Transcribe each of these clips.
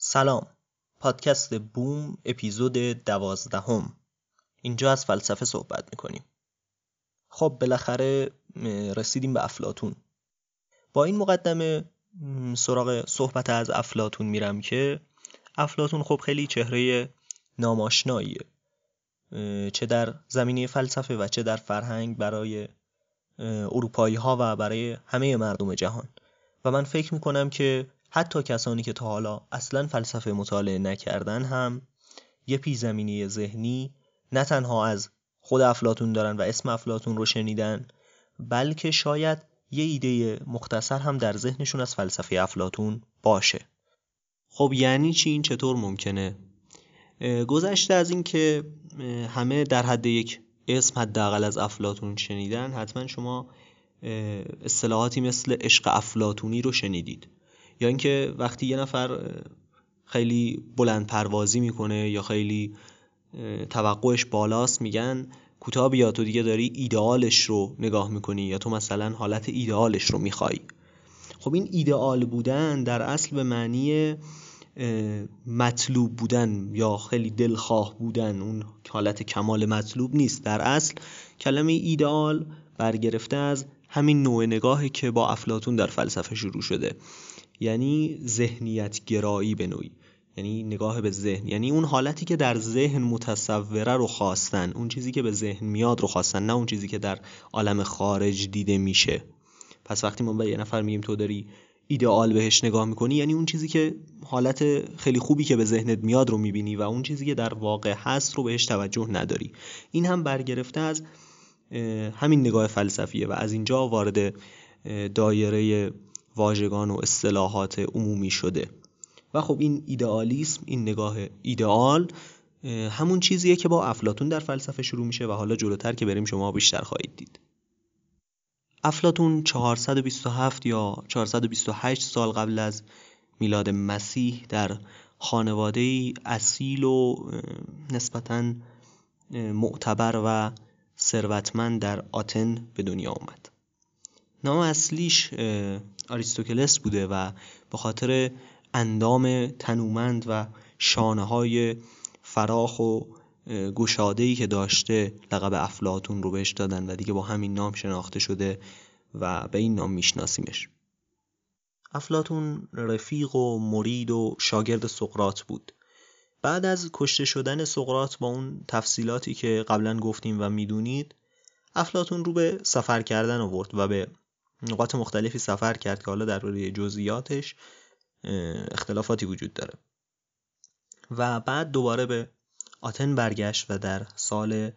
سلام، پادکست بوم اپیزود 12. اینجا از فلسفه صحبت میکنیم. خب بالاخره رسیدیم به افلاطون. با این مقدمه سراغ صحبت از افلاطون میرم که افلاطون خب خیلی چهره ناماشناییه، چه در زمینه فلسفه و چه در فرهنگ برای اروپایی ها و برای همه مردم جهان. و من فکر میکنم که حتی کسانی که تا حالا اصلا فلسفه مطالعه نکردن هم یه پیش‌زمینه ذهنی نه تنها از خود افلاطون دارن و اسم افلاطون رو شنیدن، بلکه شاید یه ایده مختصر هم در ذهنشون از فلسفه افلاطون باشه. خب یعنی چی؟ این چطور ممکنه؟ گذشته از این که همه در حد یک اسم حداقل از افلاطون شنیدن، حتما شما اصطلاحاتی مثل عشق افلاطونی رو شنیدید، یا اینکه وقتی یه نفر خیلی بلند پروازی میکنه یا خیلی توقعش بالاست میگن کوتاه بیا، تو دیگه داری ایدئالش رو نگاه میکنی یا تو مثلا حالت ایدئالش رو میخوای. خب این ایدئال بودن در اصل به معنی مطلوب بودن یا خیلی دلخواه بودن، اون حالت کمال مطلوب نیست. در اصل کلمه ایدئال برگرفته از همین نوع نگاهی که با افلاطون در فلسفه شروع شده، یعنی ذهنیت گرایی به نوعی، یعنی نگاه به ذهن، یعنی اون حالتی که در ذهن متصوره رو خواستن، اون چیزی که به ذهن میاد رو خواستن، نه اون چیزی که در عالم خارج دیده میشه. پس وقتی ما به یه نفر میگیم تو داری ایدئال بهش نگاه میکنی، یعنی اون چیزی که حالت خیلی خوبی که به ذهنت میاد رو میبینی و اون چیزی که در واقع هست رو بهش توجه نداری. این هم برگرفته از همین نگاه فلسفیه و از اینجا وارد دایره واژگان و اصطلاحات عمومی شده. و خب این ایدئالیسم، این نگاه ایدئال، همون چیزیه که با افلاطون در فلسفه شروع میشه و حالا جلوتر که بریم شما بیشتر خواهید دید. افلاطون 427 یا 428 سال قبل از میلاد مسیح در خانواده‌ای اصیل و نسبتاً معتبر و ثروتمند در آتن به دنیا اومد. نام اصلیش آریستوکلس بوده و به خاطر اندام تنومند و شانه‌های فراخ و گشاده‌ای که داشته لقب افلاطون رو بهش دادن و دیگه با همین نام شناخته شده و به این نام میشناسیمش. افلاطون رفیق و مرید و شاگرد سقراط بود. بعد از کشته شدن سقراط با اون تفصیلاتی که قبلا گفتیم و میدونید، افلاطون رو به سفر کردن آورد و به نقاط مختلفی سفر کرد که حالا درباره جزئیاتش اختلافاتی وجود داره. و بعد دوباره به آتن برگشت و در سال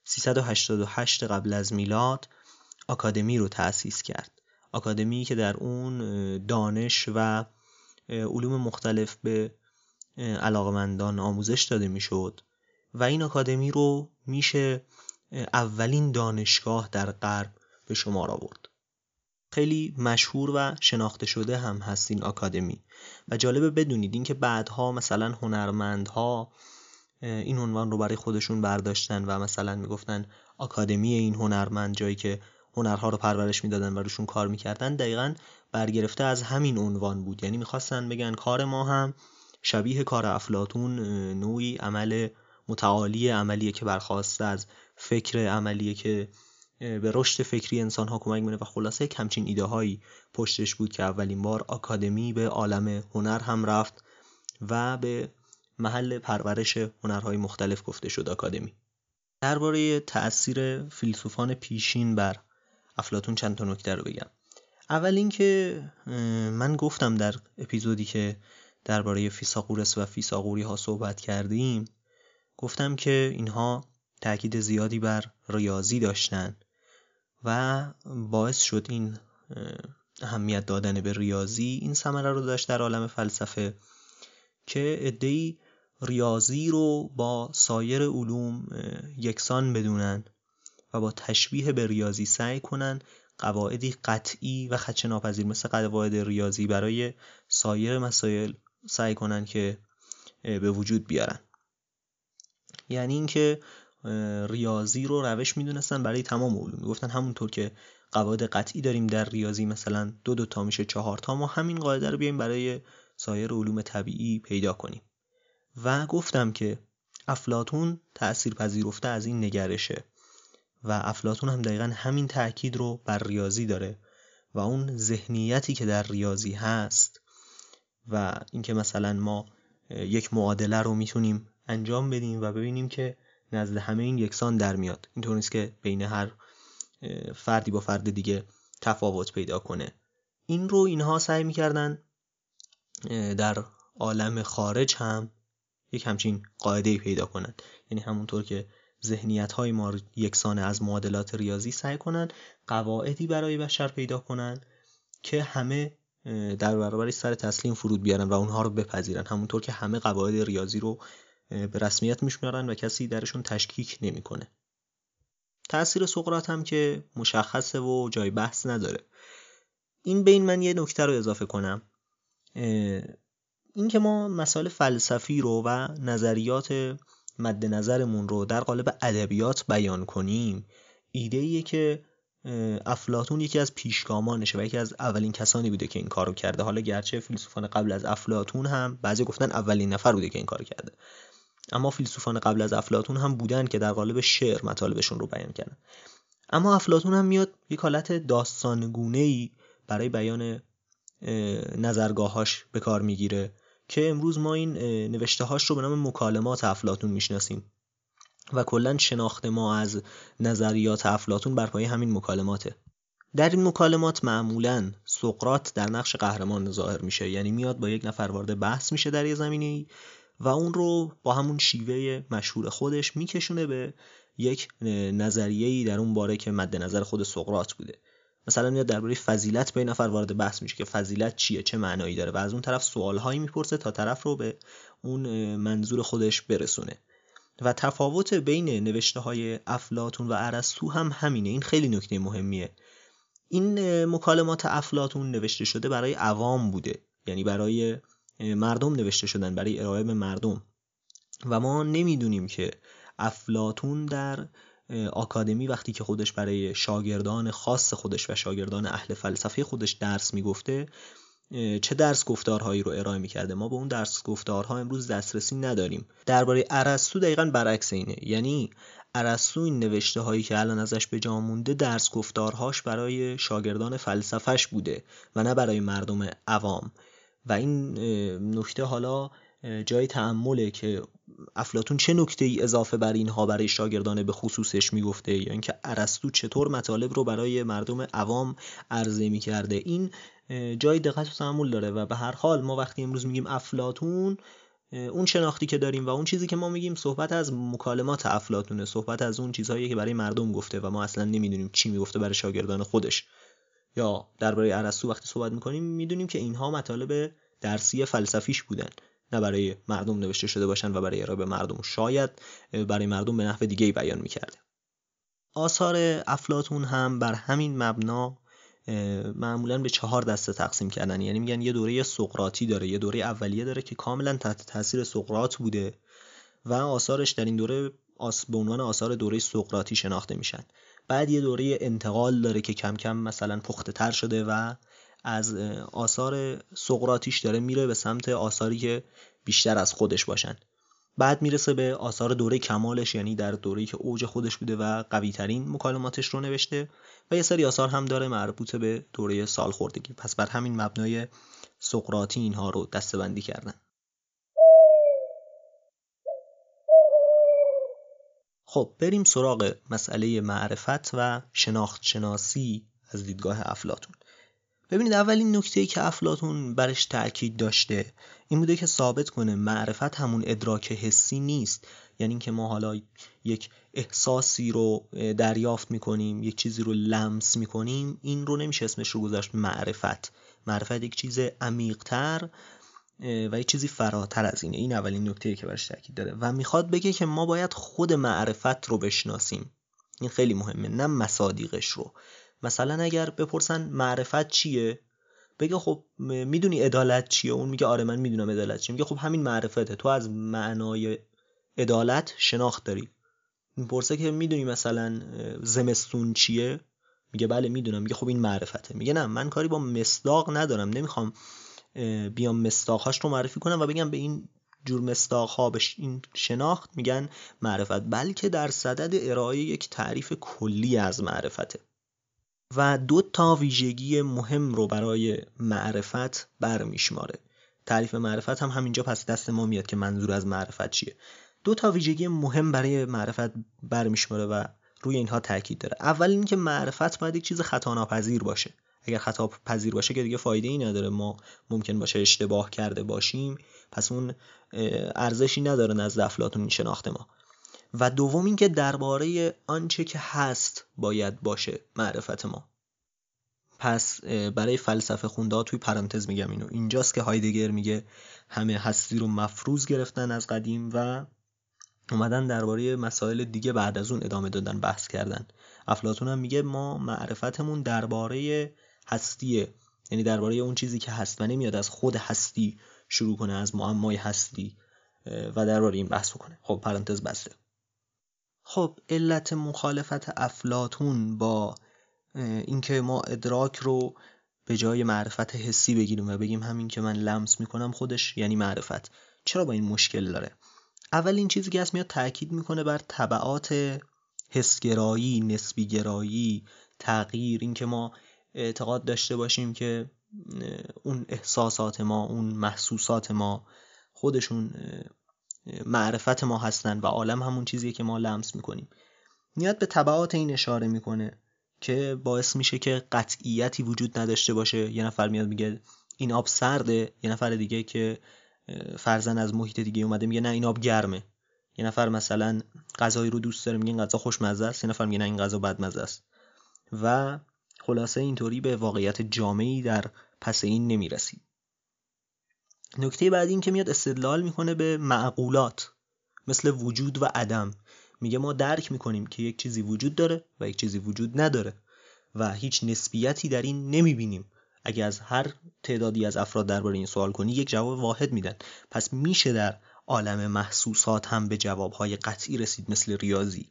388 قبل از میلاد آکادمی رو تأسیس کرد. آکادمی که در اون دانش و علوم مختلف به علاقمندان آموزش داده میشد و این آکادمی رو میشه اولین دانشگاه در غرب به شمار آورد. خیلی مشهور و شناخته شده هم هست این آکادمی و جالبه بدونید این که بعدها مثلا هنرمندها این عنوان رو برای خودشون برداشتن و مثلا میگفتن آکادمی این هنرمند، جایی که هنرها رو پرورش میدادن و روشون کار میکردن، دقیقاً برگرفته از همین عنوان بود. یعنی میخواستن بگن کار ما هم شبیه کار افلاطون نوعی عمل متعالی، عملیه که برخواسته از فکر عملیه که به رشد فکری انسان‌ها کمک می‌کنه و خلاصه همچین ایده هایی پشتش بود که اولین بار آکادمی به عالم هنر هم رفت و به محل پرورش هنرهای مختلف گفته شد آکادمی. درباره تأثیر فیلسوفان پیشین بر افلاطون چند تا نکته رو بگم. اول اینکه من گفتم در اپیزودی که درباره فیثاغورس و فیثاغوری ها صحبت کردیم، گفتم که اینها تأکید زیادی بر ریاضی داشتن و باعث شد این اهمیت دادن به ریاضی این ثمره رو داشت در عالم فلسفه که عده‌ای ریاضی رو با سایر علوم یکسان بدونن و با تشبیه به ریاضی سعی کنن قواعدی قطعی و خدشه‌ناپذیر مثل قواعد ریاضی برای سایر مسائل سعی کنن که به وجود بیارن. یعنی اینکه ریاضی رو روش میدونستن برای تمام علوم. میگفتن همونطور که قواعد قطعی داریم در ریاضی، مثلا 2 تا میشه 4 تا، ما همین قاعده رو بیایم برای سایر علوم طبیعی پیدا کنیم. و گفتم که افلاطون تأثیر پذیرفته از این نگرشه و افلاطون هم دقیقا همین تأکید رو بر ریاضی داره و اون ذهنیتی که در ریاضی هست و اینکه مثلا ما یک معادله رو میتونیم انجام بدیم و ببینیم که نزد همه این یکسان در میاد، اینطور نیست که بین هر فردی با فرد دیگه تفاوت پیدا کنه. این رو اینها سعی میکردن در عالم خارج هم یک همچین قاعده‌ای پیدا کنن، یعنی همونطور که ذهنیت‌های ما یکسانه از معادلات ریاضی سعی کنن قواعدی برای بشر پیدا کنن که همه در برابرش سر تسلیم فرود بیارن و اونها رو بپذیرن، همونطور که همه قواعد ریاضی رو به رسمیت میشمارن و کسی درشون تشکیک نمیکنه. تأثیر سقراط هم که مشخصه و جای بحث نداره. این بین من یه نکته رو اضافه کنم، این که ما مسائل فلسفی رو و نظریات مد نظرمون رو در قالب ادبیات بیان کنیم، ایده‌ایه که افلاطون یکی از پیشگامانشه و یکی از اولین کسانی بوده که این کارو کرده. حالا گرچه فیلسوفان قبل از افلاطون هم بعضی گفتن اولین نفر بوده که این کارو کرده، اما فیلسوفان قبل از افلاطون هم بودن که در قالب شعر مطالبشون رو بیان کردن. اما افلاطون هم میاد یک حالت داستانگونه‌ای برای بیان نظرگاهاش به کار میگیره که امروز ما این نوشته‌هاش رو به نام مکالمات افلاطون میشناسیم و کلاً شناخت ما از نظریات افلاطون بر پایه همین مکالماته. در این مکالمات معمولاً سقراط در نقش قهرمان ظاهر میشه، یعنی میاد با یک نفر وارد بحث میشه در یه زمینه‌ای و اون رو با همون شیوه مشهور خودش میکشونه به یک نظریه‌ای در اون باره که مد نظر خود سقراط بوده. مثلا میاد درباره فضیلت به نفر وارد بحث میشه که فضیلت چیه، چه معنایی داره و از اون طرف سوالهایی میپرسه تا طرف رو به اون منظور خودش برسونه. و تفاوت بین نوشته‌های افلاطون و ارسطو هم همینه. این خیلی نکته مهمیه. این مکالمات افلاطون نوشته شده برای عوام بوده، یعنی برای مردم نوشته شدن، برای ارائه به مردم و ما نمیدونیم که افلاطون در آکادمی وقتی که خودش برای شاگردان خاص خودش و شاگردان اهل فلسفه خودش درس میگفته چه درس گفتارهایی رو ارائه میکرده. ما به اون درس گفتارها امروز دسترسی نداریم. درباره ارسطو دقیقاً برعکس اینه، یعنی ارسطو این نوشته هایی که الان ازش به جا مونده درس گفتارهاش برای شاگردان فلسفهش بوده و نه برای مردم عوام. و این نکته حالا جای تأمله که افلاطون چه نکته‌ای اضافه بر اینها برای شاگردان به خصوصش میگفته یا اینکه ارسطو چطور مطالب رو برای مردم عوام عرضه میکرده. این جای دقت و تأمل داره و به هر حال ما وقتی امروز میگیم افلاطون، اون شناختی که داریم و اون چیزی که ما میگیم صحبت از مکالمات افلاطونه، صحبت از اون چیزهایی که برای مردم گفته و ما اصلا نمیدونیم چی میگفته برای شاگردان خودش. یا درباره ارسطو وقتی صحبت میکنیم میدونیم که اینها مطالب درسی فلسفیش بودن، نه برای مردم نوشته شده باشن و برای ارائه به مردم، شاید برای مردم به نحو دیگه‌ای بیان میکرده. آثار افلاطون هم بر همین مبنا معمولاً به 4 دسته تقسیم کردن، یعنی میگن یه دوره سقراطی داره، یه دوره اولیه داره که کاملا تحت تاثیر سقراط بوده و آثارش در این دوره به عنوان آثار دوره سقراطی شناخته میشن. بعد یه دوره انتقال داره که کم کم مثلا پخته تر شده و از آثار سقراطیش داره میره به سمت آثاری که بیشتر از خودش باشن. بعد میرسه به آثار دوره کمالش، یعنی در دوره‌ای که اوج خودش بوده و قوی ترین مکالماتش رو نوشته و یه سری آثار هم داره مربوط به دوره سالخوردگی. پس بر همین مبنای سقراطی اینها رو دسته‌بندی کردن. خب بریم سراغ مسئله معرفت و شناخت شناسی از دیدگاه افلاطون. ببینید اولین نکته‌ای که افلاطون برش تأکید داشته این بوده که ثابت کنه معرفت همون ادراک حسی نیست، یعنی اینکه ما حالا یک احساسی رو دریافت میکنیم، یک چیزی رو لمس میکنیم، این رو نمیشه اسمش رو گذاشت معرفت. معرفت یک چیز عمیق‌تر و یک چیزی فراتر از اینه. این اولین نکته‌ای که برش تأکید داره و میخواد بگه که ما باید خود معرفت رو بشناسیم. این خیلی مهمه، نه مصادیقش رو. مثلا اگر بپرسن معرفت چیه، بگه خب میدونی عدالت چیه؟ اون میگه آره من میدونم عدالت چیه. میگه خب همین معرفته، تو از معنای عدالت شناخت داری. میپرسه که میدونی مثلا زمستون چیه؟ میگه بله میدونم. میگه خب این معرفته. میگه نه من کاری با مصداق ندارم، نمیخوام بیام مصداق‌هاش رو معرفی کنم و بگم به این جور مصداق‌ها، به این شناخت میگن معرفت، بلکه در صدد ارائه یک تعریف کلی از معرفته. و 2 ویژگی مهم رو برای معرفت برمیشماره. تعریف معرفت هم همینجا پس دست ما میاد که منظور از معرفت چیه. 2 ویژگی مهم برای معرفت برمیشماره و روی اینها تاکید داره. اول این که معرفت باید یک چیز خطا ناپذیر باشه. اگر خطا پذیر باشه که دیگه فایده ای نداره، ما ممکن باشه اشتباه کرده باشیم، پس اون ارزشی نداره نزد افلاطون این شناخت ما. و دوم این که درباره آنچه که هست باید باشه معرفت ما. پس برای فلسفه خونده توی پرانتز میگم اینجاست که هایدگر میگه همه هستی رو مفروض گرفتن از قدیم و اومدن درباره مسائل دیگه بعد از اون ادامه دادن، بحث کردن. افلاطون هم میگه ما معرفتمون درباره هستیه، یعنی درباره اون چیزی که هست و نمیاد از خود هستی شروع کنه، از معمای هستی و درباره این بحث کنه. خب پرانتز بسته. خب علت مخالفت افلاطون با اینکه ما ادراک رو به جای معرفت حسی بگیریم و بگیم همین که من لمس میکنم خودش یعنی معرفت، چرا با این مشکل داره؟ اول این چیزی که هست میاد تأکید میکنه بر تبعات حسگرایی، نسبیگرایی، تغییر، این که ما اعتقاد داشته باشیم که اون احساسات ما، اون محسوسات ما خودشون معرفت ما هستن و عالم همون چیزیه که ما لمس میکنیم. میاد به تبعات این اشاره میکنه که باعث میشه که قطعیتی وجود نداشته باشه. یه نفر میاد میگه این آب سرده، یه نفر دیگه که فرضاً از محیط دیگه اومده میگه نه این آب گرمه. یه نفر مثلا غذایی رو دوست داره میگه این غذا خوشمزه است، یه نفر میگه نه این غذا بدمزه است. و خلاصه اینطوری به واقعیت جامعی در پس این نمیرسید. نکته بعدی این که میاد استدلال میکنه به معقولات مثل وجود و عدم. میگه ما درک میکنیم که یک چیزی وجود داره و یک چیزی وجود نداره و هیچ نسبیتی در این نمیبینیم. اگه از هر تعدادی از افراد درباره این سوال کنی یک جواب واحد میدن. پس میشه در عالم محسوسات هم به جوابهای قطعی رسید مثل ریاضی.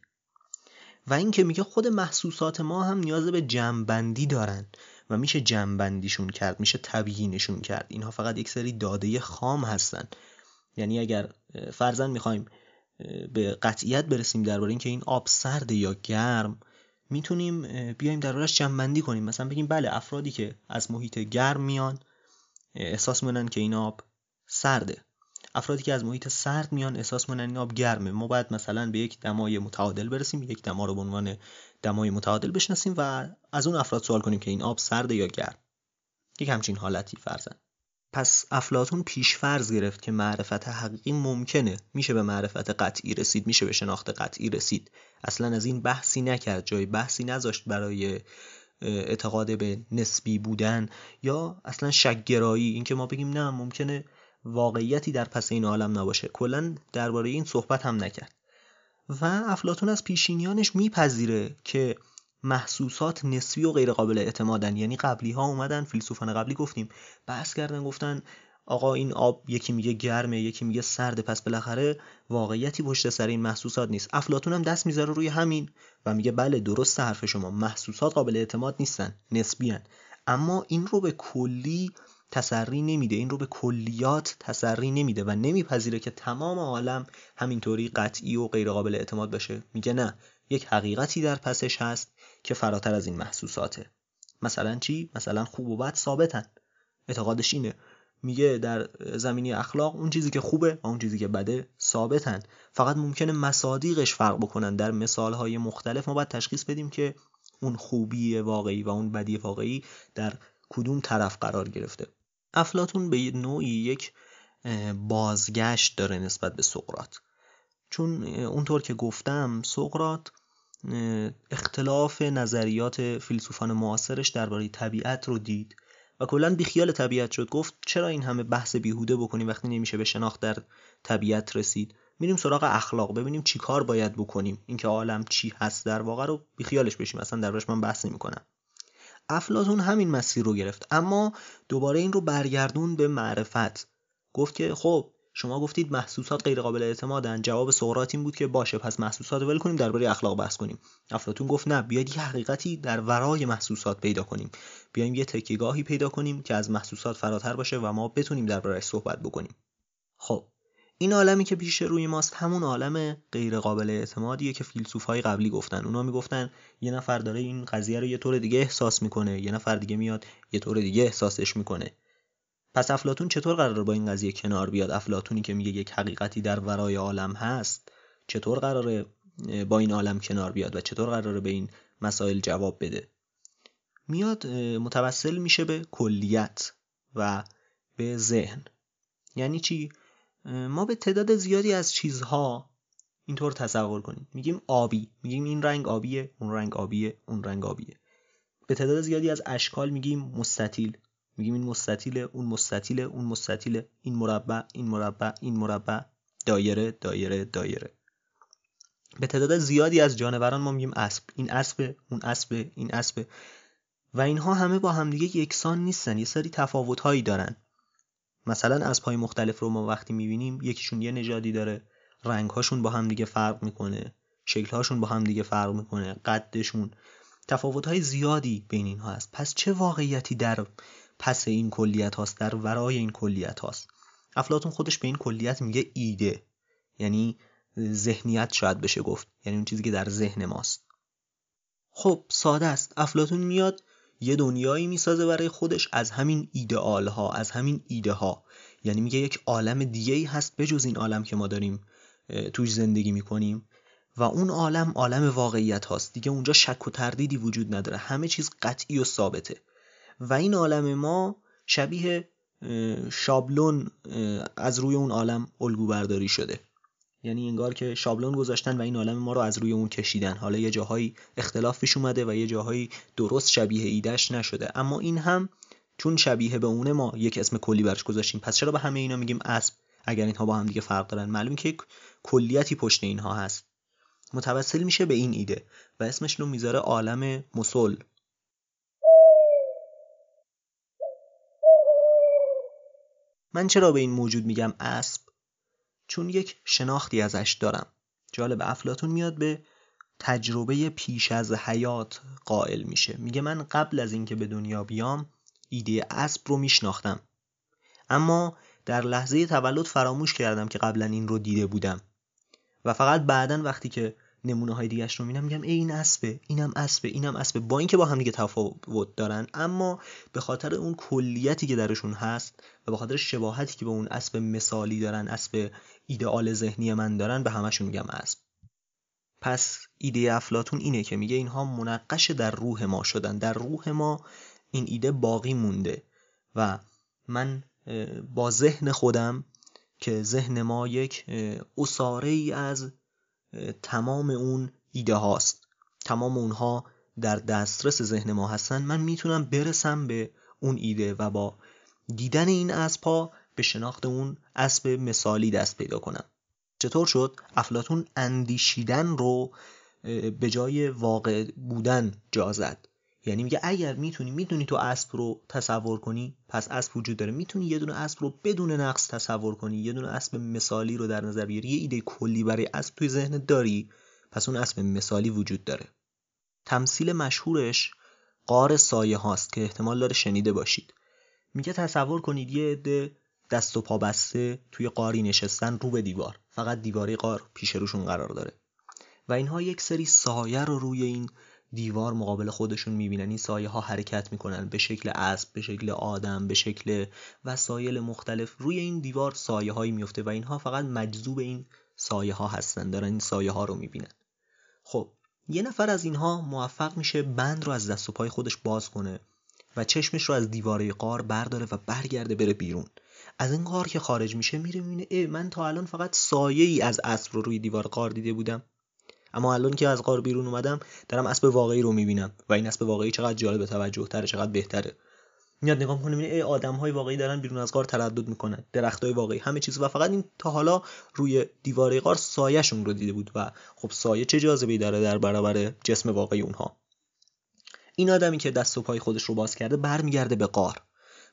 و این که میگه خود محسوسات ما هم نیاز به جمع‌بندی دارن و میشه جمع‌بندیشون کرد، میشه تبیینشون کرد. اینها فقط یک سری داده خام هستن. یعنی اگر فرضاً میخوایم به قطعیت برسیم درباره اینکه این آب سرد یا گرم، میتونیم بیایم دربارش جمع‌بندی کنیم. مثلا بگیم بله افرادی که از محیط گرم میان احساس میکنن که این آب سرده، افرادی که از محیط سرد میان احساس میکنن این آب گرمه. ما باید مثلا به یک دمای متعادل برسیم، یک دما رو به عنوان دمای متعادل بشناسیم و از اون افراد سوال کنیم که این آب سرده یا گرم. یک همچین حالتی فرضاً. پس افلاطون پیش فرض گرفت که معرفت حقیقی ممکنه، میشه به معرفت قطعی رسید، میشه به شناخت قطعی رسید. اصلا از این بحثی نکرد، جای بحثی نذاشت برای اعتقاد به نسبی بودن یا اصلا شک‌گرایی، این که ما بگیم نه ممکنه واقعیتی در پس این عالم نباشه. کلا درباره این صحبت هم نکرد. و افلاطون از پیشینیانش میپذیره که محسوسات نسبی و غیر قابل اعتمادن. یعنی قبلی ها اومدن، فیلسوفان قبلی گفتیم بحث کردن، گفتن آقا این آب یکی میگه گرمه یکی میگه سرده، پس بالاخره واقعیتی پشت سر این محسوسات نیست. افلاطون هم دست میذاره روی همین و میگه بله درست حرف شما، محسوسات قابل اعتماد نیستن، نسبی هن. اما این رو به کلی تسری نمیده، این رو به کلیات تسری نمیده و نمیپذیره که تمام عالم همینطوری قطعی و غیر قابل اعتماد باشه. میگه نه، یک حقیقتی در پسش هست که فراتر از این محسوساته. مثلا چی؟ مثلا خوب و بد ثابتن. اعتقادش اینه. میگه در زمینه اخلاق اون چیزی که خوبه و اون چیزی که بده ثابتن، فقط ممکنه مصادیقش فرق بکنن. در مثالهای مختلف ما باید تشخیص بدیم که اون خوبی واقعی و اون بدی واقعی در کدوم طرف قرار گرفته. افلاطون به نوعی یک بازگشت داره نسبت به سقراط، چون اونطور که گفتم سقراط اختلاف نظریات فیلسوفان معاصرش درباره طبیعت رو دید و کلاً بیخیال طبیعت شد. گفت چرا این همه بحث بیهوده بکنیم وقتی نمیشه به شناخت در طبیعت رسید، میریم سراغ اخلاق ببینیم چی کار باید بکنیم، اینکه عالم چی هست در واقع رو بیخیالش بشیم، اصلا دربارش من بحث نمی‌کنم. افلاطون همین مسیر رو گرفت، اما دوباره این رو برگردون به معرفت. گفت که خب شما گفتید محسوسات غیر قابل اعتمادن. جواب سقراط این بود که باشه پس محسوسات ول کنیم درباره اخلاق بحث کنیم. افلاطون گفت نه، بیاید یه حقیقتی در ورای محسوسات پیدا کنیم، بیایم یه تکیه‌گاهی پیدا کنیم که از محسوسات فراتر باشه و ما بتونیم درباره‌اش صحبت بکنیم. خب این عالمی که پیش روی ماست همون عالم غیر قابل اعتمادیه که فیلسوفای قبلی گفتن. اونا میگفتن یه نفر داره این قضیه رو یه طور دیگه احساس میکنه، یه نفر دیگه میاد یه طور دیگه احساسش میکنه. پس افلاطون چطور قراره با این قضیه کنار بیاد؟ افلاطونی که میگه یک حقیقتی در ورای عالم هست چطور قراره با این عالم کنار بیاد و چطور قراره به این مسائل جواب بده؟ میاد متوسل میشه به کلیت و به ذهن. یعنی چی؟ ما به تعداد زیادی از چیزها اینطور تصور کنیم، میگیم آبی، میگیم این رنگ آبیه، اون رنگ آبیه، اون رنگ آبیه. به تعداد زیادی از اشکال میگیم مستطیل، میگیم این مستطیله، اون مستطیله، اون مستطیله، این مربع، این مربع، این مربع، دایره، دایره، دایره. به تعداد زیادی از جانوران ما میگیم اسب، این اسبه، اون اسبه، این اسبه. و اینها همه با همدیگه یکسان نیستن، یه سری تفاوت‌هایی دارن. مثلا اسب‌های مختلف رو ما وقتی می‌بینیم یکیشون یه نژادی داره، رنگ‌هاشون با هم دیگه فرق می‌کنه، شکل‌هاشون با هم دیگه فرق می‌کنه، قدشون، تفاوت‌های زیادی بین اینها هست. پس چه واقعیتی در پس این کلیت هاست، در ورای این کلیت هاست؟ افلاطون خودش به این کلیت میگه ایده، یعنی ذهنیت شاید بشه گفت، یعنی اون چیزی که در ذهن ماست. خب ساده است، افلاطون میاد یه دنیایی میسازه برای خودش از همین ایدئال ها، از همین ایده ها. یعنی میگه یک عالم دیگه‌ای هست بجز این عالم که ما داریم توش زندگی میکنیم و اون عالم واقعیت هاست دیگه. اونجا شک و تردیدی وجود نداره، همه چیز قطعی و ثابته. و این عالم ما شبیه شابلون از روی اون عالم الگو برداری شده. یعنی انگار که شابلون گذاشتن و این عالم ما رو از روی اون کشیدن. حالا یه جاهایی اختلاف پیش اومده و یه جاهایی درست شبیه ایدهش نشده، اما این هم چون شبیه به اونه ما یک اسم کلی برش گذاشتیم. پس چرا به همه اینا میگیم اسب اگر اینها با هم دیگه فرق دارن؟ معلومه که یک کلیتی پشت اینها هست. متوسل میشه به این ایده و اسمش رو میذاره عالم مسل. من چرا به این موجود میگم اسب؟ چون یک شناختی ازش دارم. جالب، افلاطون میاد به تجربه پیش از حیات قائل میشه. میگه من قبل از اینکه به دنیا بیام ایده اسب رو میشناختم، اما در لحظه تولد فراموش کردم که قبلا این رو دیده بودم و فقط بعدن وقتی که نمونه های دیگه‌اش رو میبینم میگم این اسبه، اینم اسبه، اینم اسبه. با اینکه با هم دیگه تفاوت دارن، اما به خاطر اون کلیتی که درشون هست و به خاطر شباهتی که به اون اسب مثالی دارن، اسب ایدئال ذهنی من دارن، به همشون میگم اسب. پس ایده افلاطون اینه که میگه اینها منقش در روح ما شدن، در روح ما این ایده باقی مونده و من با ذهن خودم که ذهن ما یک اساره ای از تمام اون ایده هاست، تمام اونها در دسترس ذهن ما هستن، من میتونم برسم به اون ایده و با دیدن این اسب‌ها به شناخت اون اسب مثالی دست پیدا کنم. چطور شد؟ افلاطون اندیشیدن رو به جای واقع بودن جا زد. یعنی میگه اگر میتونی تو اسب رو تصور کنی، پس اسب وجود داره. میتونی یه دونه اسب رو بدون نقص تصور کنی، یه دونه اسب مثالی رو در نظر بگیری، یه ایده کلی برای اسب توی ذهنت داری، پس اون اسب مثالی وجود داره. تمثیل مشهورش غار سایه هاست که احتمال داره شنیده باشید. میگه تصور کنید یه عده دست و پا بسته توی غاری نشستن رو به دیوار، فقط دیواره غار پیش روشون قرار داره و اینها یک سری سایه رو روی این دیوار مقابل خودشون میبینن. این سایه ها حرکت میکنن به شکل اسب، به شکل آدم، به شکل وسایل مختلف. روی این دیوار سایه هایی میفته و اینها فقط مجذوب این سایه ها هستن، دارن این سایه ها رو میبینن. خب یه نفر از اینها موفق میشه بند رو از دست و پای خودش باز کنه و چشمش رو از دیواره غار برداره و برگرده بره بیرون. از این غار که خارج میشه میره میبینه من تا الان فقط سایه‌ای از اسب رو روی دیوار غار دیده بودم، اما الان که از غار بیرون اومدم دارم اسب واقعی رو میبینم و این اسب واقعی چقدر جالب توجه تره، چقدر بهتره. میاد نگاه میکنه میبینه آدم‌های واقعی دارن بیرون از غار تردد میکنن، درختای واقعی، همه چیز، و فقط این تا حالا روی دیواره غار سایه‌شون رو دیده بود و خب سایه چه جاذبه‌ای داره در برابر جسم واقعی اونها. این آدمی که دست و پای خودش رو باز کرده برمیگرده به غار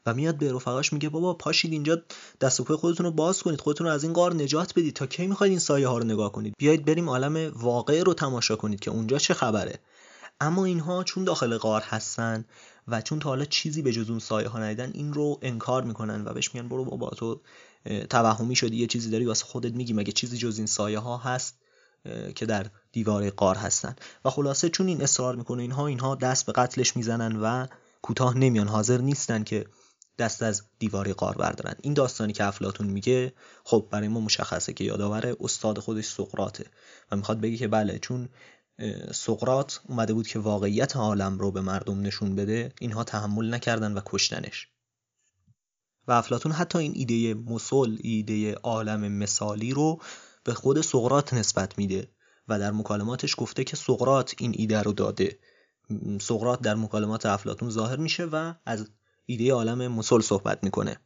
و میاد به رفقاش میگه بابا پاشید اینجا دست و پای خودتون رو باز کنید، خودتون رو از این غار نجات بدید، تا کی میخواید این سایه ها رو نگاه کنید؟ بیایید بریم عالم واقع رو تماشا کنید که اونجا چه خبره. اما اینها چون داخل غار هستن و چون تا حالا چیزی به جز اون سایه ها ندیدن، این رو انکار میکنن و بهش میگن برو بابا تو توهمی شدی، یه چیزی داری واسه خودت میگی، مگه چیزی جز این سایه ها هست که در دیواره غار هستن؟ و خلاصه چون این اصرار میکنه اینها دست به قتلش میزنن و کوتاه نمیان، حاضر نیستن که دست از دیواره غار بردارن. این داستانی که افلاطون میگه خب برای ما مشخصه که یادآور استاد خودش سقراطه و میخواد بگه که بله، چون سقراط اومده بود که واقعیت عالم رو به مردم نشون بده، اینها تحمل نکردن و کشتنش. و افلاطون حتی این ایده مثل، ایده عالم مثالی رو به خود سقراط نسبت میده و در مکالماتش گفته که سقراط این ایده رو داده. سقراط در مکالمات افلاطون ظاهر میشه و از ایده عالم مثل صحبت میکنه،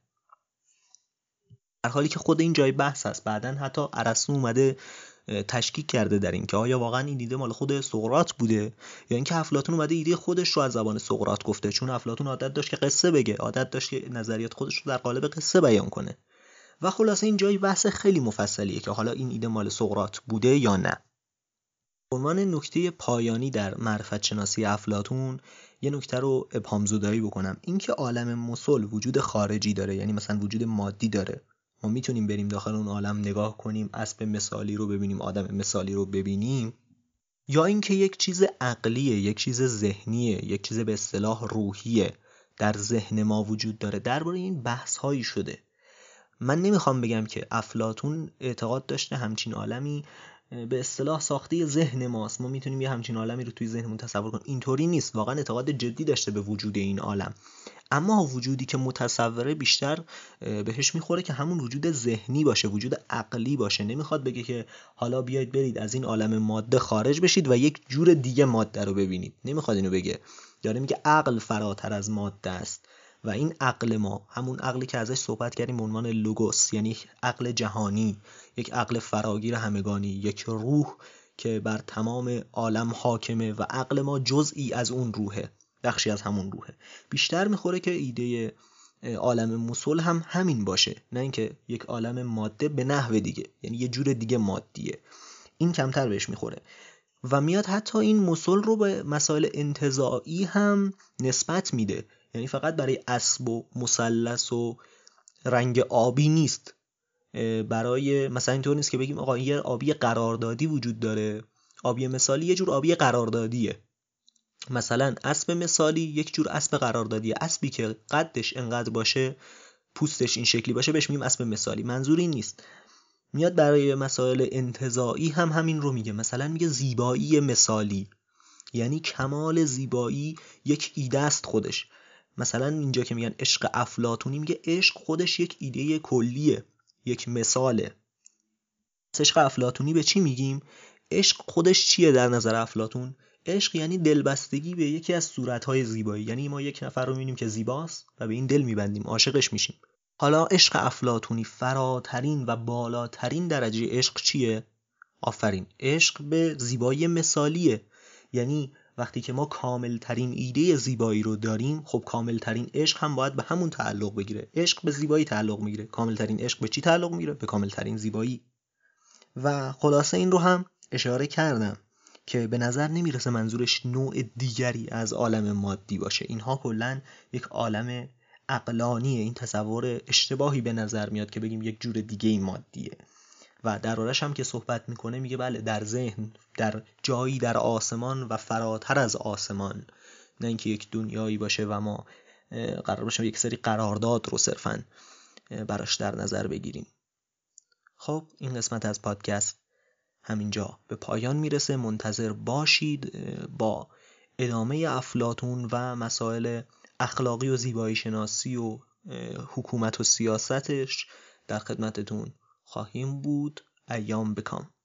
در حالی که خود این جای بحث هست. بعدن حتی ارسطو اومده تشکیک کرده در این که آیا واقعا این ایده مال خود سقراط بوده یا اینکه افلاطون اومده ایده خودش رو از زبان سقراط گفته، چون افلاطون عادت داشت که قصه بگه، عادت داشت که نظریات خودش رو در قالب قصه بیان کنه. و خلاصه این جای بحث خیلی مفصلیه که حالا این ایده مال سقراط بوده یا نه. به عنوان نکته پایانی در معرفت شناسی افلاطون یه نکته رو ابهام زدایی بکنم، اینکه عالم مثل وجود خارجی داره، یعنی مثلا وجود مادی داره، ما میتونیم بریم داخل اون عالم نگاه کنیم، اسب مثالی رو ببینیم، آدم مثالی رو ببینیم، یا اینکه یک چیز عقلیه، یک چیز ذهنیه، یک چیز به اصطلاح روحیه در ذهن ما وجود داره. درباره این بحث هایی شده. من نمیخوام بگم که افلاطون اعتقاد داشته همچین عالمی به اصطلاح ساخته ذهن ماست، ما میتونیم یه همچین عالمی رو توی ذهنمون تصور کنیم. اینطوری نیست، واقعا اعتقاد جدی داشته به وجود این عالم، اما وجودی که متصوره بیشتر بهش میخوره که همون وجود ذهنی باشه، وجود عقلی باشه. نمیخواد بگه که حالا بیاید برید از این عالم ماده خارج بشید و یک جور دیگه ماده رو ببینید، نمیخواد اینو بگه. داره میگه عقل فراتر از ماده است و این عقل ما، همون عقلی که ازش صحبت کردیم به عنوان لوگوس، یعنی عقل جهانی، یک عقل فراگیر همگانی، یک روح که بر تمام عالم حاکمه و عقل ما جزئی از اون روحه، بخشی از همون روحه. بیشتر میخوره که ایده عالم مثل هم همین باشه، نه اینکه یک عالم ماده به نحو دیگه، یعنی یه جور دیگه مادیه. این کمتر بهش میخوره و میاد حتی این مثل رو به مسائل انتزاعی هم نسبت میده، یعنی فقط برای اسب و مثلث و رنگ آبی نیست. برای مثلا اینطور نیست که بگیم آقا یه آبی قراردادی وجود داره، آبی مثالی یه جور آبی قراردادیه. مثلا اسب مثالی یک جور اسب قراردادیه، اسبی که قدش انقدر باشه، پوستش این شکلی باشه، بهش میگیم اسب مثالی. منظوری نیست. میاد برای مسائل انتزاعی هم همین رو میگه. مثلا میگه زیبایی مثالی، یعنی کمال زیبایی یک ایده است خودش. مثلا اینجا که میگن عشق افلاطونی، میگه عشق خودش یک ایده کلیه، یک مثاله. عشق افلاطونی به چی میگیم؟ عشق خودش چیه در نظر افلاطون؟ عشق یعنی دلبستگی به یکی از صورتهای زیبایی، یعنی ما یک نفر رو میبینیم که زیباست و به این دل میبندیم، عاشقش میشیم. حالا عشق افلاطونی فراترین و بالاترین درجه عشق چیه؟ آفرین، عشق به زیبایی مثالیه. یعنی وقتی که ما کاملترین ایده زیبایی رو داریم، خب کاملترین عشق هم باید به همون تعلق بگیره. عشق به زیبایی تعلق میگیره. کاملترین عشق به چی تعلق میگیره؟ به کاملترین زیبایی. و خلاصه این رو هم اشاره کردم که به نظر نمیرسه منظورش نوع دیگری از عالم مادی باشه. اینها کلن یک عالم عقلانیه. این تصور اشتباهی به نظر میاد که بگیم یک جور دیگه ای مادیه. و در آرش هم که صحبت میکنه میگه بله، در ذهن، در جایی در آسمان و فراتر از آسمان، نه اینکه یک دنیایی باشه و ما قرار باشه یک سری قرارداد رو صرفاً براش در نظر بگیریم. خب این قسمت از پادکست همینجا به پایان میرسه. منتظر باشید با ادامه افلاطون و مسائل اخلاقی و زیبایی شناسی و حکومت و سیاستش در خدمتتون خواهیم بود. ایام بکام.